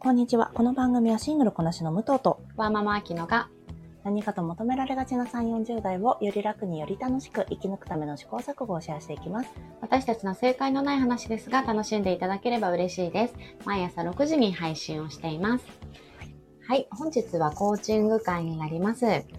こんにちは。この番組はシングルこなしの武藤とワーママアキノが何かと求められがちな3、40代をより楽により楽しく生き抜くための試行錯誤をシェアしていきます。 私たちの正解のない話ですが楽しんでいただければ嬉しいです。毎朝6時に配信をしています。はい、本日はコーチング会になります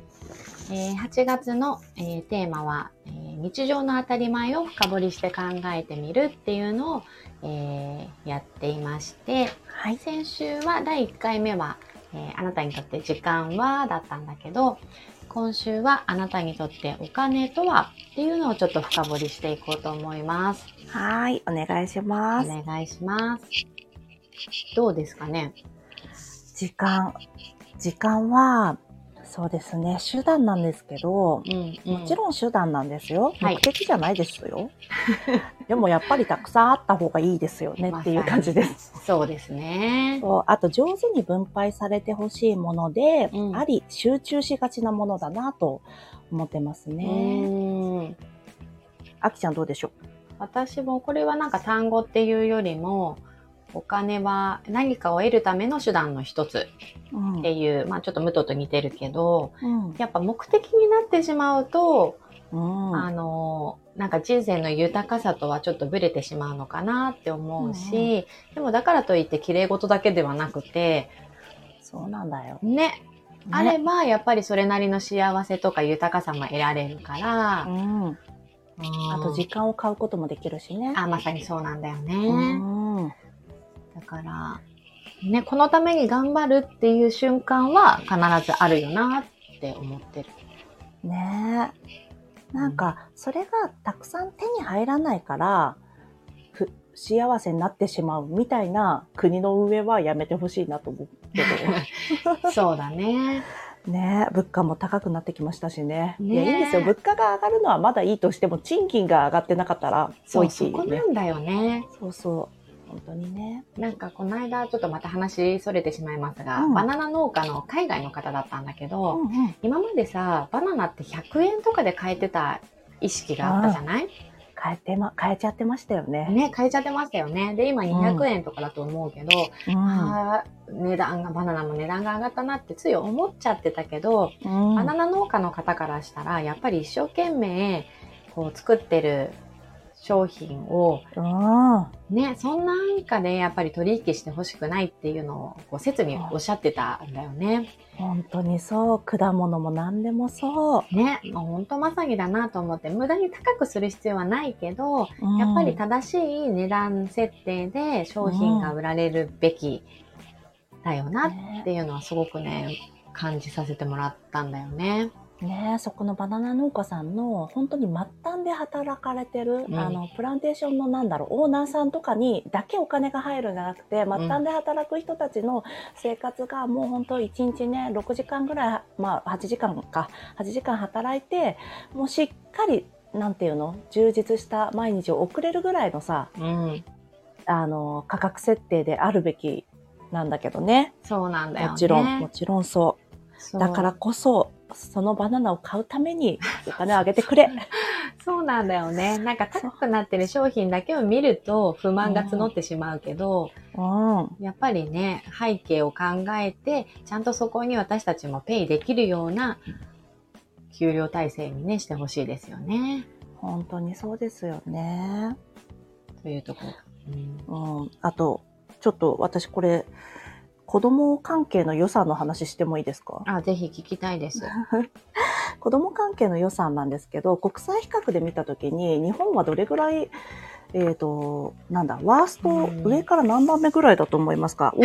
。8月の、テーマは、日常の当たり前を深掘りして考えてみるっていうのを、やっていまして、 はい。 先週は第1回目は、あなたにとって時間はだったんだけど、今週はあなたにとってお金とはっていうのをちょっと深掘りしていこうと思います。 はい。お願いします。 お願いします。どうですかね？ 時間は、そうですね、手段なんですけど、もちろん手段なんですよ。 はい目的じゃないですよ。でもやっぱりたくさんあった方がいいですよねっていう感じです。 そうですね。 そう、あと上手に分配されてほしいもので、 うんあり集中しがちなものだなと思ってますね。あきちゃんどうでしょ私もこれはなんか単語っていうよりも、お金は何かを得るための手段の一つう？ っていう、まあちょっと武藤と似てるけど、 うんやっぱ目的になってしまうと、 うんなんか人生の豊かさとはちょっとブレてしまうのかなって思うし、でもだからといって綺麗事だけではなくて、 そうなんだよ。 ね、あればやっぱりそれなりの幸せとか豊かさも得られるからう、ん。あと時間を買うこともできるしね。 まさにそうなんだよね。 うんだから、ね、このために頑張るっていう瞬間は必ずあるよなって思ってる。 ねえ。なんか、それがたくさん手に入らないから、幸せになってしまうみたいな国の上はやめてほしいなと思うけど。 そうだね。 ねえ、物価も高くなってきましたしね。 ねえいや、いいんですよ。物価が上がるのはまだいいとしても、賃金が上がってなかったら、 そう、 置いていいよねそこな。んだよね。 そうそう。本当にね。 なんかこの間ちょっとまた話それてしまいますが、 うんバナナ農家の海外の方だったんだけど、 うんうん。 今までさ、バナナって100円とかで買えてた意識があったじゃない？ 変えちゃってましたよね。 ね、買えちゃってましたよね。で、今200円とかだと思うけど、バナナの値段が上がったなってつい思っちゃってたけど、バナナ農家の方からしたら、やっぱり一生懸命こう作ってる商品を、ね、そんな安価でやっぱり取引してほしくないっていうのをこう切におっしゃってたんだよね。 本当にそう。果物も何でもそう。 ね、もう本当まさにだなと思って、無駄に高くする必要はないけど、やっぱり正しい値段設定で商品が売られるべきだよなっていうのはすごくね、感じさせてもらったんだよね。 ねえ、そこのバナナ農家さんの本当に末端で働かれてる、プランテーションのオーナーさんとかにだけお金が入るんじゃなくて、末端で働く人たちの生活がもう本当1日ね、6時間ぐらい、8時間働いて、もうしっかり、充実した毎日を送れるぐらいのさ、価格設定であるべきなんだけどね。 そうなんだよね。 もちろんそう。だからこそ、そのバナナを買うためにお金をあげてくれ。 そうなんだよね。なんか高くなってる商品だけを見ると不満が募ってしまうけど、やっぱりね、背景を考えて、ちゃんとそこに私たちもペイできるような給料体制にね、してほしいですよね。 本当にそうですよね。 というところ。 あと、ちょっと私これ、子供関係の予算の話してもいいですか？ ぜひ聞きたいです。 子供関係の予算なんですけど、国際比較で見たときに、日本はどれぐらい、ワースト、上から何番目ぐらいだと思いますか？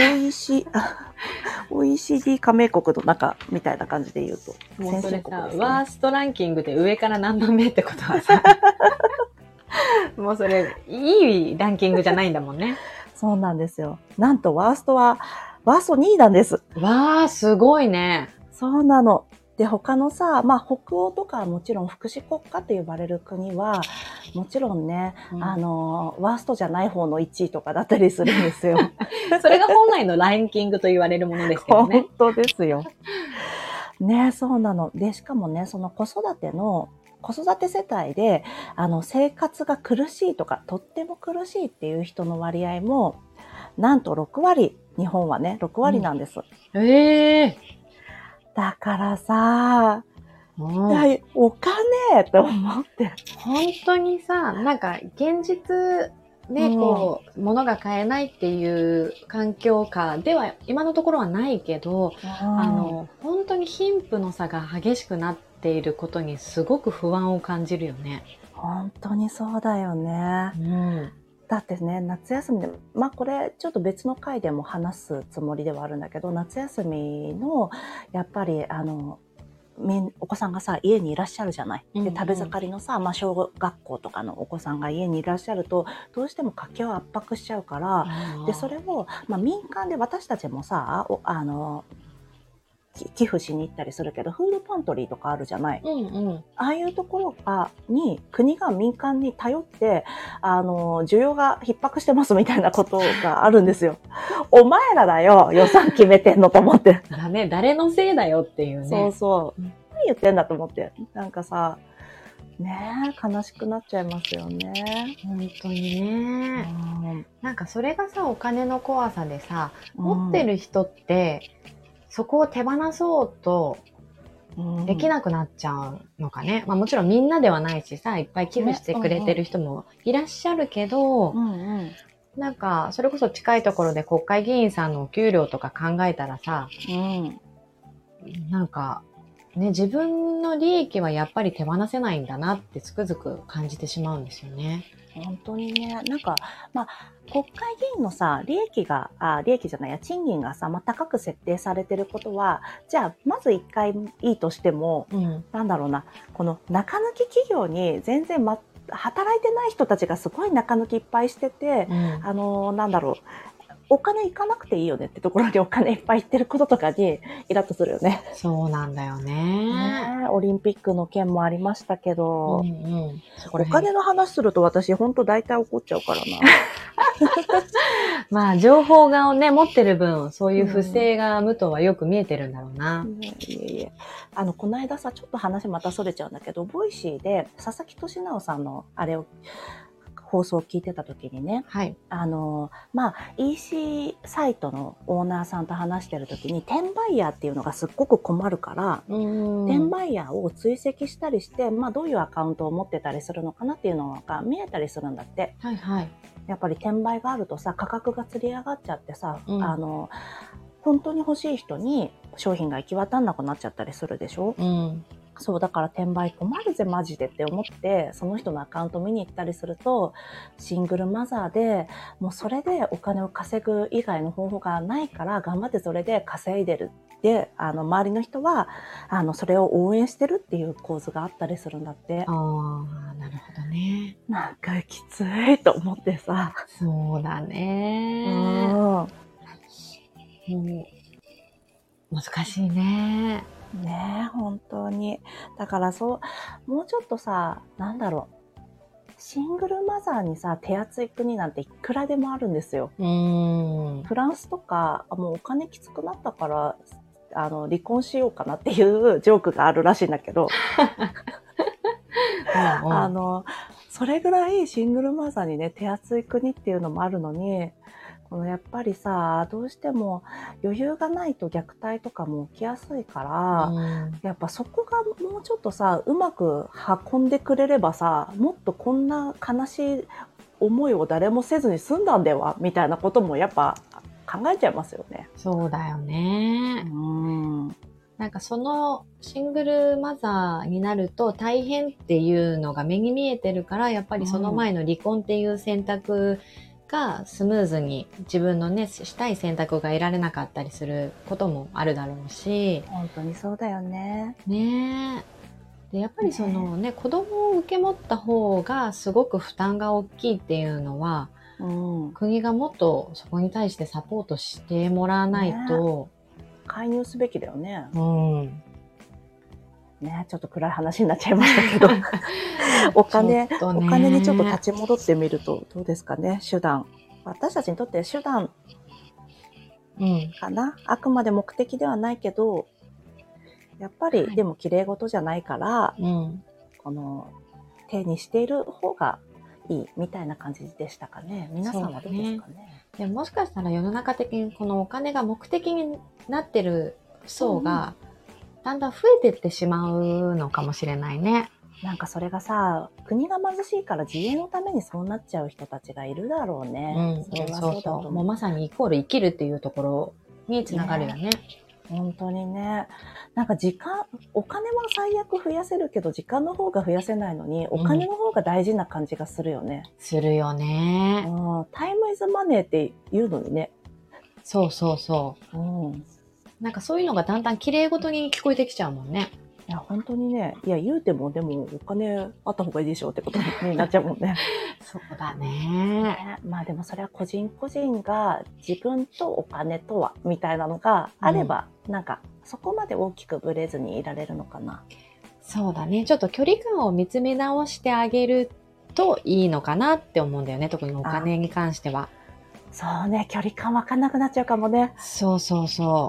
OECD 加盟国の中みたいな感じで言うと。 もうそれさ、ワーストランキングで上から何番目ってことはさ、もうそれ、いいランキングじゃないんだもんね。 そうなんですよ。なんとワースト2位なんです。 わー、すごいね。 そうなの。で、他のさ、北欧とかはもちろん福祉国家と呼ばれる国は、もちろんね、ワーストじゃない方の1位とかだったりするんですよ。 それが本来のランキングと言われるものですけどね。 本当ですよ。ね、そうなの。で、しかもね、その子育て世帯で、生活が苦しいとか、とっても苦しいっていう人の割合も、 なんと6割、日本はね、6割なんです。だからさ、お金と思って。 本当にさ、なんか現実でこう、物が買えないっていう環境下では今のところはないけど、本当に貧富の差が激しくなっていることにすごく不安を感じるよね。 本当にそうだよね。だってね、夏休みで、これちょっと別の回でも話すつもりではあるんだけど、夏休みのやっぱりお子さんがさ家にいらっしゃるじゃない。で、食べ盛りのさ、小学校とかのお子さんが家にいらっしゃるとどうしても家計を圧迫しちゃうから、でそれを、民間で私たちもさ寄付しに行ったりするけど、フードパントリーとかあるじゃない。ああいうところに国が民間に頼って需要が逼迫してますみたいなことがあるんですよ。お前らだよ、予算決めてんのと思って。 だね、誰のせいだよっていうね。 そうそう。何言ってんだと思って。なんかさ、ねえ、悲しくなっちゃいますよね。 本当にね。なんかそれがさ、お金の怖さでさ、持ってる人って、そこを手放そうとできなくなっちゃうのかね。もちろんみんなではないしさ、いっぱい寄付してくれてる人もいらっしゃるけど、なんかそれこそ近いところで国会議員さんのお給料とか考えたらさ、なんかね、自分の利益はやっぱり手放せないんだなってつくづく感じてしまうんですよね。 本当にね、なんか、国会議員のさ、利益じゃないや、賃金がさ、高く設定されてることは、じゃあ、まず一回いいとしても、なんだろうな、この中抜き企業に全然働いてない人たちがすごい中抜きいっぱいしてて、なんだろう、お金いかなくていいよねってところにお金いっぱいいってることとかにイラッとするよね。 そうなんだよね。 オリンピックの件もありましたけど、お金の話すると私本当大体怒っちゃうからな。情報がね、持ってる分、そういう不正が武藤はよく見えてるんだろうな。 この間さ、ちょっと話またそれちゃうんだけど、ボイシーで佐々木俊直さんのあれを放送を聞いてた時にね、EC サイトのオーナーさんと話してる時に、転売ヤーっていうのがすっごく困るから、転売ヤーを追跡したりして、どういうアカウントを持ってたりするのかなっていうのが見えたりするんだって。やっぱり転売があるとさ、価格が釣り上がっちゃってさ、本当に欲しい人に商品が行き渡んなくなっちゃったりするでしょ。そう、だから転売困るぜマジでって思って、その人のアカウント見に行ったりすると、シングルマザーで、もうそれでお金を稼ぐ以外の方法がないから頑張ってそれで稼いでる。で、周りの人はそれを応援してるっていう構図があったりするんだって。 なるほどね。 なんかきついと思ってさ。 そうだね。難しいね。 ねえ、本当に。だからもうちょっとさ、なんだろう。シングルマザーにさ、手厚い国なんていくらでもあるんですよ。フランスとか、もうお金きつくなったから、離婚しようかなっていうジョークがあるらしいんだけど、それぐらいシングルマザーにね、手厚い国っていうのもあるのに、やっぱりさ、どうしても余裕がないと虐待とかも起きやすいから、やっぱそこがもうちょっとさ、うまく運んでくれればさ、もっとこんな悲しい思いを誰もせずに済んだんではみたいなこともやっぱ考えちゃいますよね。 そうだよね。なんかそのシングルマザーになると大変っていうのが目に見えてるから、やっぱりその前の離婚っていう選択がスムーズに自分のね、したい選択が得られなかったりすることもあるだろうし。 本当にそうだよね。 ねえ。で、やっぱりそのね、子供を受け持った方がすごく負担が大きいっていうのは、国がもっとそこに対してサポートしてもらわないと。 介入すべきだよね。ね、ちょっと暗い話になっちゃいましたけどお金にちょっと立ち戻ってみるとどうですかね。手段、私たちにとって手段かな、あくまで目的ではないけど、やっぱり、でも綺麗事じゃないから、この手にしている方がいいみたいな感じでしたかね。皆さんはどうですかね。 でももしかしたら世の中的にこのお金が目的になってる層がだんだん増えてってしまうのかもしれないね。 なんかそれがさ、国が貧しいから自衛のためにそうなっちゃう人たちがいるだろうね。それはそうだと思う。 もうまさにイコール生きるっていうところにつながるよね。 本当にね。なんかお金は最悪増やせるけど、時間の方が増やせないのに、お金の方が大事な感じがするよね。 するよね。 タイムイズマネーって言うのにね。 そうそうそう。なんかそういうのがだんだん綺麗ごとに聞こえてきちゃうもんね。 いや、本当にね。いや、言うても、でも、お金あった方がいいでしょうってことになっちゃうもんね。 そうだね。 まあでもそれは個人個人が自分とお金とは、みたいなのがあれば、なんか、そこまで大きくブレずにいられるのかな。 そうだね。ちょっと距離感を見つめ直してあげるといいのかなって思うんだよね。特にお金に関しては。 そうね。距離感わかんなくなっちゃうかもね。 そうそうそう。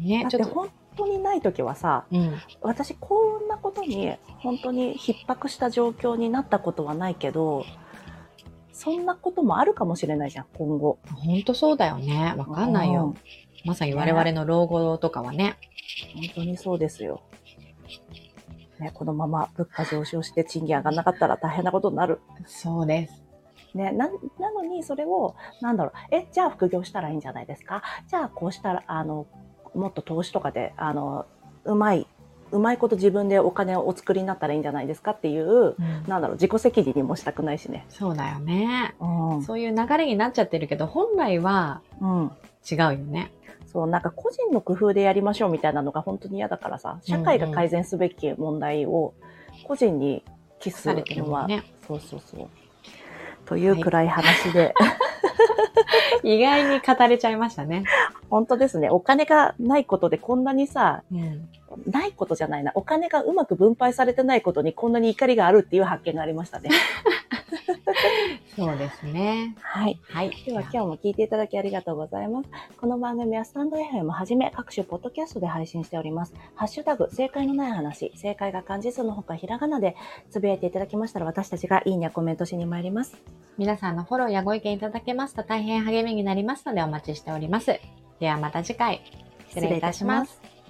ね、だって本当にない時はさ、私こんなことに本当に逼迫した状況になったことはないけど、そんなこともあるかもしれないじゃん、今後。 本当そうだよね。わかんないよ。まさに我々の老後とかはね。 本当にそうですよ。ね、このまま物価上昇して賃金上がんなかったら大変なことになる。 そうです。 ね、なのにそれを、じゃあ副業したらいいんじゃないですか？じゃあこうしたら、もっと投資とかで、うまいこと自分でお金をお作りになったらいいんじゃないですかっていう、自己責任にもしたくないしね。 そうだよね。そういう流れになっちゃってるけど、本来は、違うよね。 そう、なんか個人の工夫でやりましょうみたいなのが本当に嫌だからさ、社会が改善すべき問題を個人に帰すのは、そうそうそう。という暗い話で、 意外に語れちゃいましたね。 本当ですね。お金がないことでこんなにさ、ないことじゃないな。お金がうまく分配されてないことにこんなに怒りがあるっていう発見がありましたね。 そうですね。 はい。では今日も聞いていただきありがとうございます。この番組はスタンド FM はじめ各種ポッドキャストで配信しております。ハッシュタグ、正解のない話、正解が漢字数のほかひらがなでつぶやいていただきましたら私たちがいいねやコメントしに参ります。 皆さんのフォローやご意見いただけますと大変励みになりますのでお待ちしております。ではまた次回。失礼いたします。